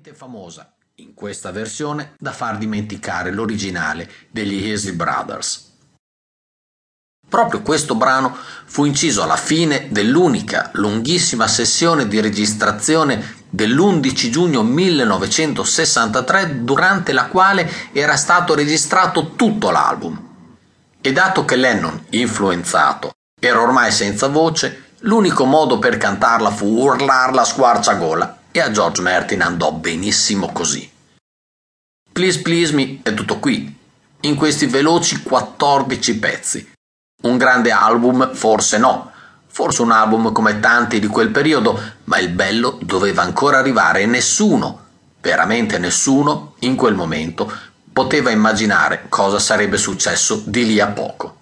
talmente famosa in questa versione da far dimenticare l'originale degli Isley Brothers. Proprio questo brano fu inciso alla fine dell'unica lunghissima sessione di registrazione dell'11 giugno 1963, durante la quale era stato registrato tutto l'album. E dato che Lennon, influenzato, era ormai senza voce, l'unico modo per cantarla fu urlarla a squarciagola, e a George Martin andò benissimo così. Please Please Me è tutto qui, in questi veloci 14 pezzi. Un grande album forse no, forse un album come tanti di quel periodo, ma il bello doveva ancora arrivare e nessuno, veramente nessuno, in quel momento poteva immaginare cosa sarebbe successo di lì a poco.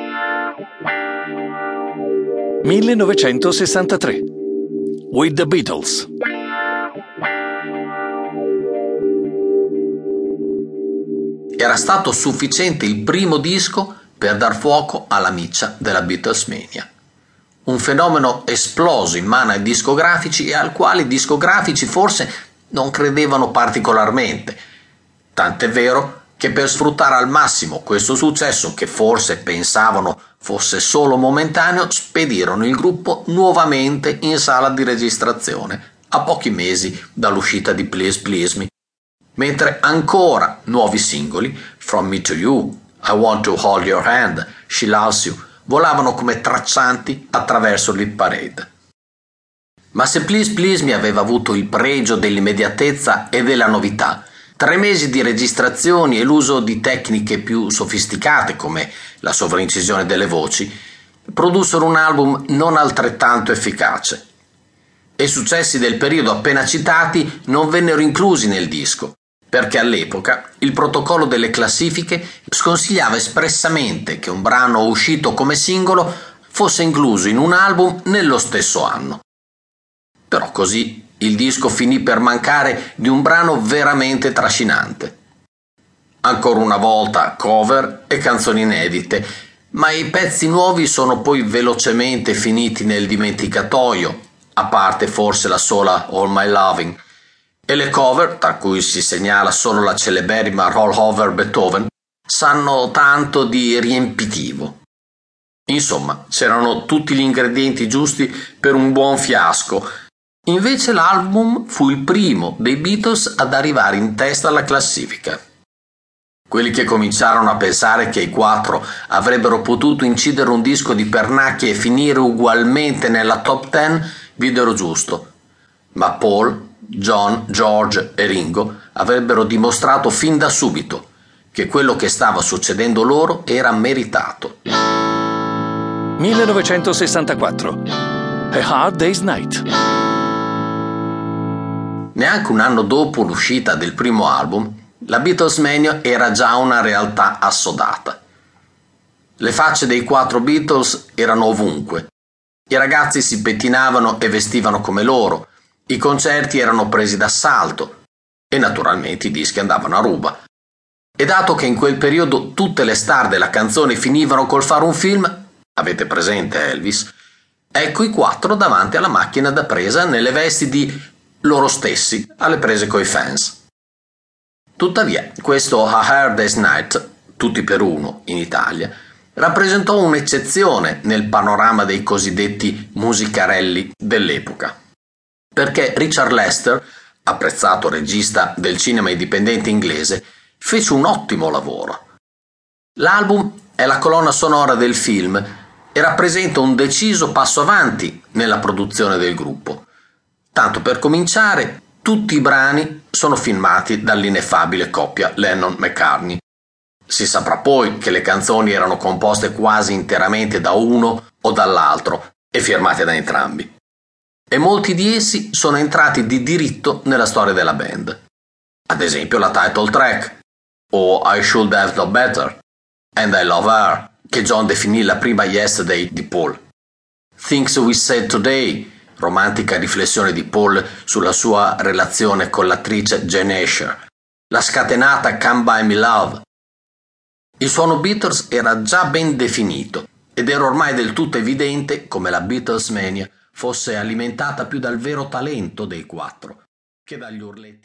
1963 With the Beatles. Era stato sufficiente il primo disco per dar fuoco alla miccia della Beatlesmania. Un fenomeno esploso in mano ai discografici e al quale i discografici forse non credevano particolarmente. Tant'è vero che per sfruttare al massimo questo successo, che forse pensavano fosse solo momentaneo, spedirono il gruppo nuovamente in sala di registrazione a pochi mesi dall'uscita di Please Please Me, mentre ancora nuovi singoli, From Me to You, I Want to Hold Your Hand, She Loves You, volavano come traccianti attraverso l'hit parade. Ma se Please Please Me aveva avuto il pregio dell'immediatezza e della novità, 3 mesi di registrazioni e l'uso di tecniche più sofisticate come la sovraincisione delle voci produssero un album non altrettanto efficace. E i successi del periodo appena citati non vennero inclusi nel disco, perché all'epoca il protocollo delle classifiche sconsigliava espressamente che un brano uscito come singolo fosse incluso in un album nello stesso anno. Però così il disco finì per mancare di un brano veramente trascinante. Ancora una volta cover e canzoni inedite, ma i pezzi nuovi sono poi velocemente finiti nel dimenticatoio, a parte forse la sola All My Loving, e le cover, tra cui si segnala solo la celeberrima Roll Over Beethoven, sanno tanto di riempitivo. Insomma, c'erano tutti gli ingredienti giusti per un buon fiasco. Invece l'album fu il primo dei Beatles ad arrivare in testa alla classifica. Quelli che cominciarono a pensare che i 4 avrebbero potuto incidere un disco di pernacchie e finire ugualmente nella top 10 videro giusto. Ma Paul, John, George e Ringo avrebbero dimostrato fin da subito che quello che stava succedendo loro era meritato. 1964 A Hard Day's Night. Neanche un anno dopo l'uscita del primo album, la Beatlesmania era già una realtà assodata. Le facce dei 4 Beatles erano ovunque. I ragazzi si pettinavano e vestivano come loro. I concerti erano presi d'assalto e naturalmente i dischi andavano a ruba. E dato che in quel periodo tutte le star della canzone finivano col fare un film, avete presente Elvis? Ecco i 4 davanti alla macchina da presa nelle vesti di loro stessi alle prese coi fans. Tuttavia, questo A Hard Day's Night, tutti per uno in Italia, rappresentò un'eccezione nel panorama dei cosiddetti musicarelli dell'epoca. Perché Richard Lester, apprezzato regista del cinema indipendente inglese, fece un ottimo lavoro. L'album è la colonna sonora del film e rappresenta un deciso passo avanti nella produzione del gruppo. Tanto per cominciare, tutti i brani sono filmati dall'ineffabile coppia Lennon-McCartney. Si saprà poi che le canzoni erano composte quasi interamente da uno o dall'altro e firmate da entrambi. E molti di essi sono entrati di diritto nella storia della band. Ad esempio la title track, o I Should Have Known Better, and I Love Her, che John definì la prima Yesterday di Paul. Things We Said Today, romantica riflessione di Paul sulla sua relazione con l'attrice Jane Asher. La scatenata Come Buy Me Love. Il suono Beatles era già ben definito ed era ormai del tutto evidente come la Beatlesmania fosse alimentata più dal vero talento dei 4 che dagli urletti